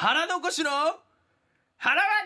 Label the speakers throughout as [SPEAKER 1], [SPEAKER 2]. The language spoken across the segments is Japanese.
[SPEAKER 1] 腹残しの腹わ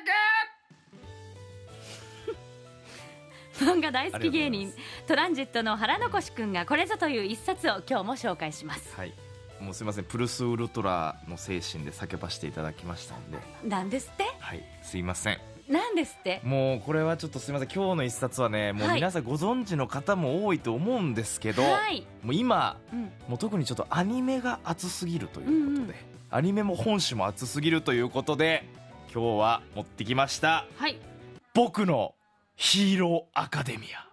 [SPEAKER 2] 漫画大好き芸人トランジットの腹残しくんがこれぞという一冊を今日も紹介します。
[SPEAKER 1] はい、もうすいません、プルスウルトラの精神で叫ばせていただきましたんで。
[SPEAKER 2] なんですって。
[SPEAKER 1] はい、すいません。
[SPEAKER 2] なんですって。
[SPEAKER 1] もうこれはちょっとすいません、今日の一冊はね、もう皆さんご存知の方も多いと思うんですけど、
[SPEAKER 2] はい、
[SPEAKER 1] もう今、
[SPEAKER 2] も
[SPEAKER 1] う特にちょっとアニメが熱すぎるということで、アニメも本誌も熱すぎるということで今日は持ってきました、
[SPEAKER 2] はい、
[SPEAKER 1] 僕のヒーローアカデミア。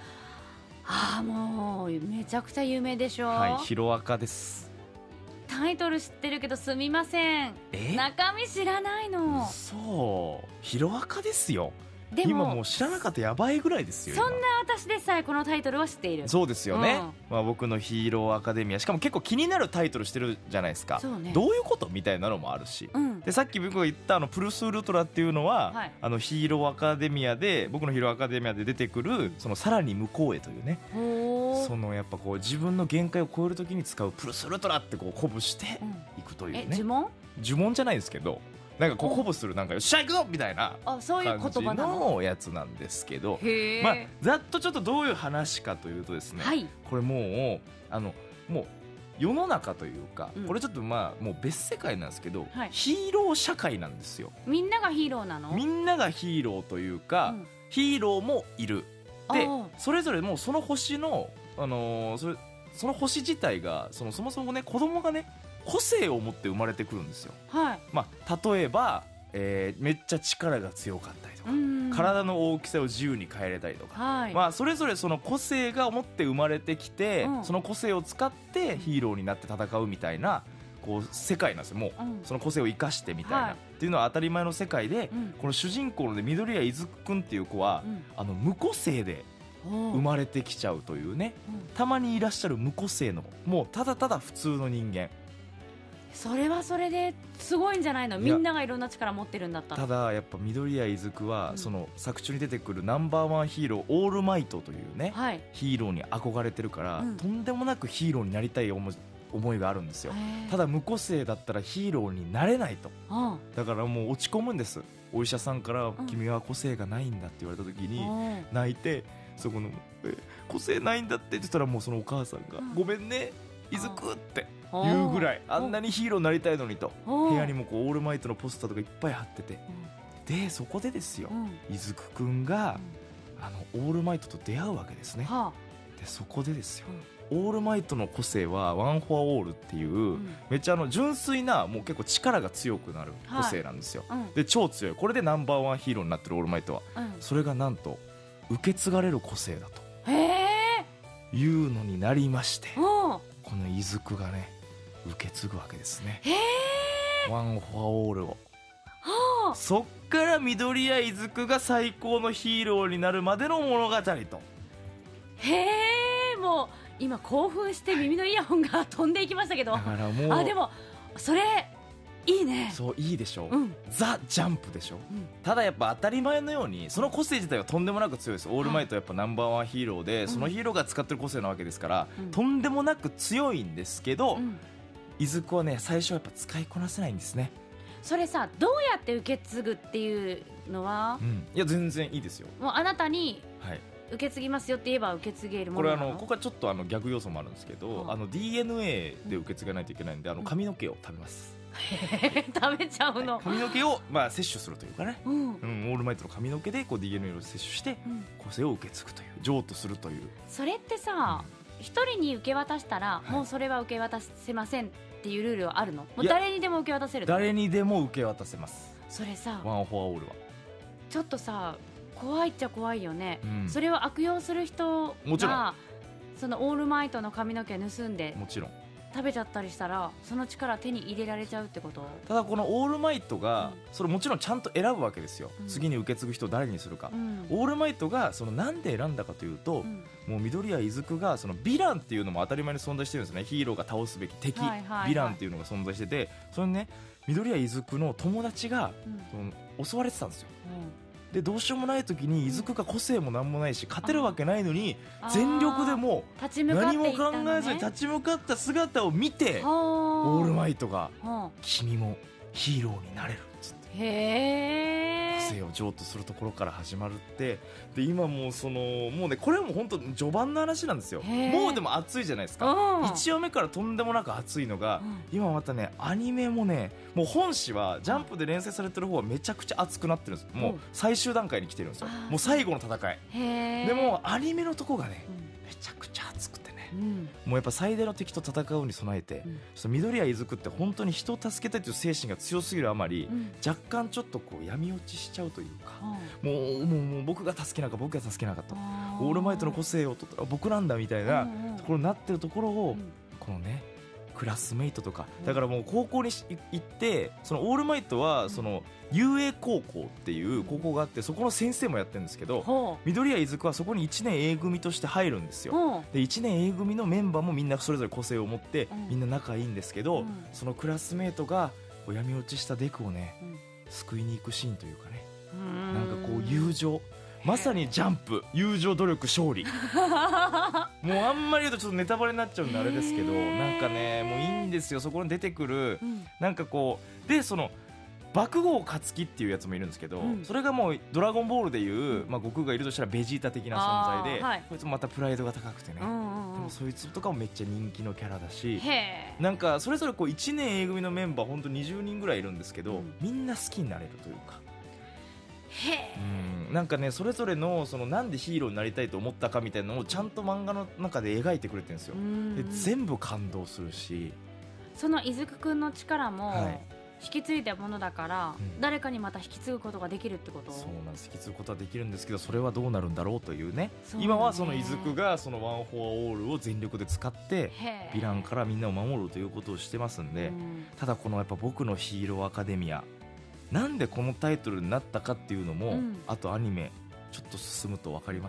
[SPEAKER 2] もうめちゃくちゃ有名でしょ。
[SPEAKER 1] はい、ヒロアカです。
[SPEAKER 2] タイトル知ってるけどすみません、中身知らないの。
[SPEAKER 1] そう、ヒロアカですよ。
[SPEAKER 2] でも
[SPEAKER 1] 今もう知らなかったらやばいぐらいですよ。
[SPEAKER 2] そんな私でさえこのタイトルは知っている。
[SPEAKER 1] そうですよね、僕のヒーローアカデミア、しかも結構気になるタイトルしてるじゃないですか。
[SPEAKER 2] そうね、
[SPEAKER 1] どういうことみたいなのもあるし、でさっき僕が言ったプルスウルトラっていうのは、ヒーローアカデミアで、僕のヒーローアカデミアで出てくるそのさらに向こうへというね、そのやっぱこう自分の限界を超えるときに使うプルスウルトラってこう鼓舞していくというね、呪文じゃないですけど、なんかこう鼓舞する、なんかよっしゃ行くぞみたいな感じのやつなんですけど、ざっとちょっとどういう話かというとですね、これもう世の中というか、これちょっともう別世界なんですけど、ヒーロー社会なんですよ。みんながヒーローなの？みんながヒーローというか、ヒーローもいる。でそれぞれもうその星の、その星自体がそもそもね、子供がね個性を持って生まれてくるんですよ。例えば、めっちゃ力が強かったりとか、体の大きさを自由に変えれたりとか、それぞれその個性が持って生まれてきて、その個性を使ってヒーローになって戦うみたいなこう世界なんですよ。もうその個性を生かしてみたいな、っていうのは当たり前の世界で、この主人公の緑谷出久くんっていう子は、無個性で生まれてきちゃうというね、たまにいらっしゃる無個性の、もうただただ普通の人間。
[SPEAKER 2] それはそれですごいんじゃないの？みんながいろんな力持ってるんだったら。
[SPEAKER 1] ただやっぱ緑谷出久は、その作中に出てくるナンバーワンヒーローオールマイトというね、ヒーローに憧れてるから、とんでもなくヒーローになりたい思いがあるんですよ。ただ無個性だったらヒーローになれないと、だからもう落ち込むんです。お医者さんから、君は個性がないんだって言われた時に泣いて、そこの個性ないんだって言ったら、もうそのお母さんが、ごめんね出久って言うぐらい、あんなにヒーローになりたいのにと、部屋にもこうオールマイトのポスターとかいっぱい貼ってて、でそこでですよ、出久くんがオールマイトと出会うわけですね。でそこでですよ、オールマイトの個性はワン・フォア・オールっていう、めっちゃ純粋な、もう結構力が強くなる個性なんですよ。で超強い、これでナンバーワンヒーローになってるオールマイトは、それがなんと受け継がれる個性だというのになりまして、この出久がね受け継ぐわけですね、ワン・フォア・オールを。そっから緑谷出久が最高のヒーローになるまでの物語と。
[SPEAKER 2] もう今興奮して耳のイヤホンが飛んでいきましたけど、
[SPEAKER 1] だからもう
[SPEAKER 2] でもそれいいね。
[SPEAKER 1] そういいでしょ、ザ・ジャンプでしょ、ただやっぱ当たり前のようにその個性自体はとんでもなく強いです。オールマイトはやっぱナンバーワンヒーローで、そのヒーローが使ってる個性なわけですから、とんでもなく強いんですけど、出久はね最初はやっぱ使いこなせないんですね。
[SPEAKER 2] それさ、どうやって受け継ぐっていうのは、
[SPEAKER 1] いや全然いいですよ。
[SPEAKER 2] もうあなたに受け継ぎますよって言えば受け継げるものなの？
[SPEAKER 1] これここはちょっと逆要素もあるんですけど、DNA で受け継がないといけないんで、髪の毛を食べます。
[SPEAKER 2] 食べちゃうの？
[SPEAKER 1] 髪の毛を摂取するというかね、オールマイトの髪の毛でこう DNA を摂取して個性を受け継ぐという、譲渡するという。
[SPEAKER 2] それってさ、一人に受け渡したら、もうそれは受け渡せませんっていうルールはあるの？もう誰にでも受け渡せる？誰にでも受け渡せます。それさ、
[SPEAKER 1] ワン・フォア・オールは
[SPEAKER 2] ちょっとさ怖いっちゃ怖いよね、それを悪用する人がそのオールマイトの髪の毛盗んで、もちろん食べちゃったりしたら、その力手に入れられちゃうってこと？
[SPEAKER 1] ただこのオールマイトが、それもちろんちゃんと選ぶわけですよ、次に受け継ぐ人を誰にするか、オールマイトがそのなんで選んだかというと、もう緑谷出久がそのヴィランっていうのも当たり前に存在してるんですね。ヒーローが倒すべき敵、ヴィランっていうのが存在してて、それね緑谷出久の友達が、襲われてたんですよ。でどうしようもない時に出久が個性もなんもないし勝てるわけないのに、全力でも何も考えずに立ち向かった姿を見て、オールマイトが君もヒーローになれるっつって、
[SPEAKER 2] へ
[SPEAKER 1] 個性を譲渡するところから始まるって。で今もうもうねこれはもう本当序盤の話なんですよ。もうでも熱いじゃないですか。1話目からとんでもなく熱いのが、今またねアニメもね、もう本誌はジャンプで連載されてる方はめちゃくちゃ熱くなってるんです。もう最終段階に来てるんですよ。もう最後の戦いでもアニメのとこがね、めちゃくちゃ熱くてね、もうやっぱ最大の敵と戦うに備えて、緑谷出久って本当に人を助けたいという精神が強すぎるあまり、若干ちょっとこう闇落ちしちゃうというか、もう僕が助けなかった、オールマイトの個性を取ったら僕なんだみたいなところになってるところを、このねクラスメイトとか、だからもう高校に行って、そのオールマイトはその遊泳高校っていう高校があって、そこの先生もやってるんですけど、緑谷出久はそこに1年 A 組として入るんですよ。で1年 A 組のメンバーもみんなそれぞれ個性を持ってみんな仲いいんですけど、そのクラスメイトが闇落ちしたデクをね救いに行くシーンというかね、なんかこう友情、まさにジャンプ友情努力勝利もうあんまり言うとちょっとネタバレになっちゃうんであれですけど、なんかねもういいんですよ。そこに出てくる、なんかこうでその爆豪勝樹っていうやつもいるんですけど、それがもうドラゴンボールでいう、悟空がいるとしたらベジータ的な存在で、こいつもまたプライドが高くてね、でもそいつとかもめっちゃ人気のキャラだし、なんかそれぞれこう1年 A 組のメンバー本当20人ぐらいいるんですけど、みんな好きになれるというか、なんかねそれぞれのそのなんでヒーローになりたいと思ったかみたいなのをちゃんと漫画の中で描いてくれてるんですよ。で全部感動するし、
[SPEAKER 2] その伊豆くんの力も引き継いだものだから、誰かにまた引き継ぐことができるってこと。
[SPEAKER 1] そうなんです。引き継ぐことはできるんですけど、それはどうなるんだろうというね。今はその伊豆がそのワン・フォア・オールを全力で使ってヴィランからみんなを守るということをしてますんで、ただこのやっぱ僕のヒーローアカデミア、なんでこのタイトルになったかっていうのも、あとアニメちょっと進むと分かります。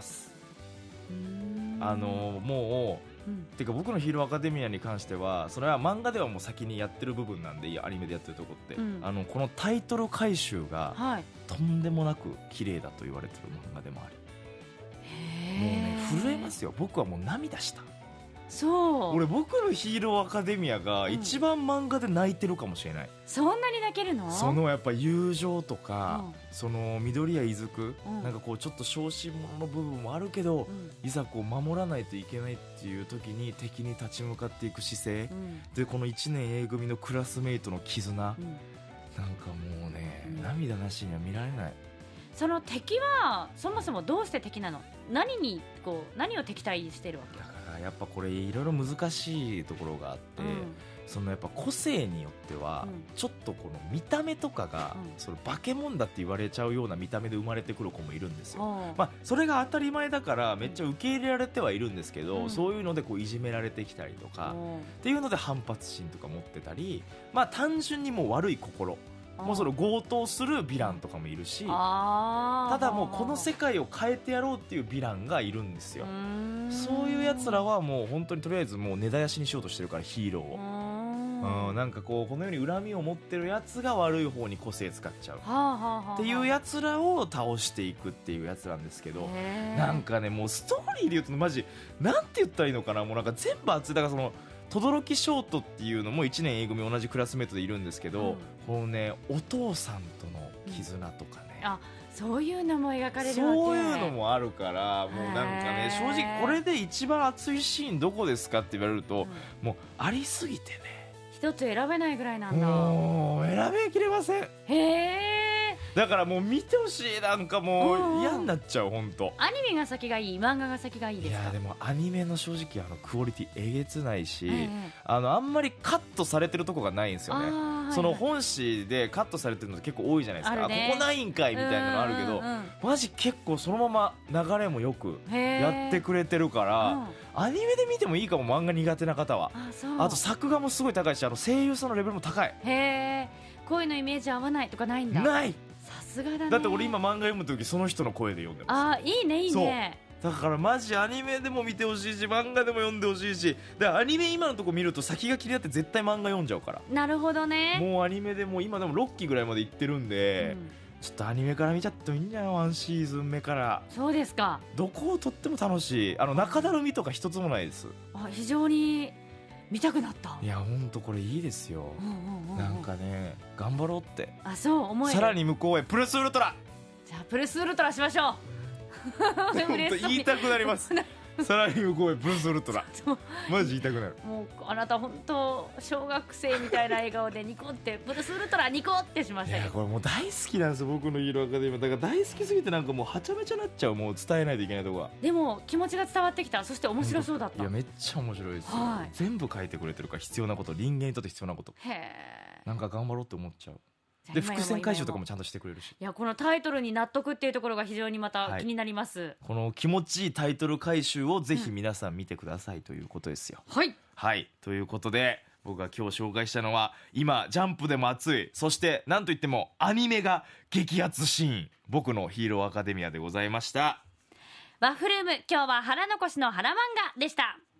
[SPEAKER 1] もう、てか僕のヒーローアカデミアに関してはそれは漫画ではもう先にやってる部分なんで、アニメでやってるとこって、このタイトル回収がとんでもなく綺麗だと言われてる漫画でもあり、もうね震えますよ。僕はもう涙した。俺僕のヒーローアカデミアが一番漫画で泣いてるかもしれない。
[SPEAKER 2] そんなに泣けるの？
[SPEAKER 1] そのやっぱ友情とか、その緑谷出久、なんかこうちょっと小心者の部分もあるけど、いざこう守らないといけないっていう時に敵に立ち向かっていく姿勢、でこの1年 A 組のクラスメイトの絆、なんかもうね、涙なしには見られない。
[SPEAKER 2] その敵はそもそもどうして敵なの？何を敵対してるわけ？
[SPEAKER 1] だからやっぱこれいろいろ難しいところがあって、そのやっぱ個性によっては、ちょっとこの見た目とかが、その化け物だって言われちゃうような見た目で生まれてくる子もいるんですよ。それが当たり前だからめっちゃ受け入れられてはいるんですけど、そういうのでこういじめられてきたりとか、っていうので反発心とか持ってたり、単純にもう悪い心、もうその強盗するヴィランとかもいるし、ただもうこの世界を変えてやろうっていうヴィランがいるんですよ。そういうやつらはもう本当にとりあえずもう根絶やしにしようとしてるから、ヒーローを、なんかこうこのように恨みを持ってるやつが悪い方に個性使っちゃうっていうやつらを倒していくっていうやつなんですけど、なんかねもうストーリーで言うとマジなんて言ったらいいのかな、もうなんか全部熱い。だからその轟翔太っていうのも1年 A 組同じクラスメートでいるんですけど、このねお父さんとの絆とかね、
[SPEAKER 2] そういうのも描かれるわけ。
[SPEAKER 1] そういうのもあるから、もうなんかね正直これで一番熱いシーンどこですかって言われると、もうありすぎてね
[SPEAKER 2] 一つ選べないぐらいなんだ。
[SPEAKER 1] もう選べきれません。だからもう見てほしい。なんかもう嫌になっちゃう。本当
[SPEAKER 2] アニメが先がいい、漫画が先がいいですか？
[SPEAKER 1] いやでもアニメの正直クオリティえげつないし、あんまりカットされてるとこがないんですよね。その本誌でカットされてるのって結構多いじゃないですか。ここないんかいみたいなのあるけど、マジ結構そのまま流れもよくやってくれてるから、アニメで見てもいいかも、漫画苦手な方は。あと作画もすごい高いし、声優さんのレベルも高い。
[SPEAKER 2] 声のイメージ合わないとかないんだ。
[SPEAKER 1] ない。
[SPEAKER 2] さすがだね。
[SPEAKER 1] だって俺今漫画読むときその人の声で読んでます。
[SPEAKER 2] いいねいいね。
[SPEAKER 1] だからマジアニメでも見てほしいし、漫画でも読んでほしいし、だからアニメ今のとこ見ると先が気になって絶対漫画読んじゃうから。
[SPEAKER 2] なるほどね。
[SPEAKER 1] もうアニメでも今でも6期ぐらいまでいってるんで、ちょっとアニメから見ちゃってもいいんじゃない？ワンシーズン目から。
[SPEAKER 2] そうですか。
[SPEAKER 1] どこをとっても楽しい。中だるみとか一つもないです。
[SPEAKER 2] 非常に見たくなった。
[SPEAKER 1] いやほんとこれいいですよ、なんかね頑張ろうって。
[SPEAKER 2] あ、そう思える。
[SPEAKER 1] さらに向こうへプルスウルトラ。
[SPEAKER 2] じゃあプルスウルトラしましょう。
[SPEAKER 1] 言いたくなりますさらに向こうへプルスウルトラマジ言いたくなる。
[SPEAKER 2] もうあなた本当小学生みたいな笑顔でニコってプルスウルトラニコってしましたけど。
[SPEAKER 1] いやこれもう大好きなんですよ僕のヒーローアカデミア。だから大好きすぎてなんかもうはちゃめちゃなっちゃう。もう伝えないといけないとこが。
[SPEAKER 2] でも気持ちが伝わってきた。そして面白そうだった。
[SPEAKER 1] いやめっちゃ面白いですよ、全部書いてくれてるから必要なこと、人間にとって必要なこと。なんか頑張ろうって思っちゃう。で伏線回収とかもちゃんとしてくれるし。
[SPEAKER 2] いやこのタイトルに納得っていうところが非常にまた気になります、
[SPEAKER 1] この気持ちいいタイトル回収をぜひ皆さん見てくださいということですよ。はい、ということで僕が今日紹介したのは今ジャンプでも熱い、そしてなんといってもアニメが激アツシーン、僕のヒーローアカデミアでございました。
[SPEAKER 2] ワッフルーム、今日は腹残しの腹漫画でした。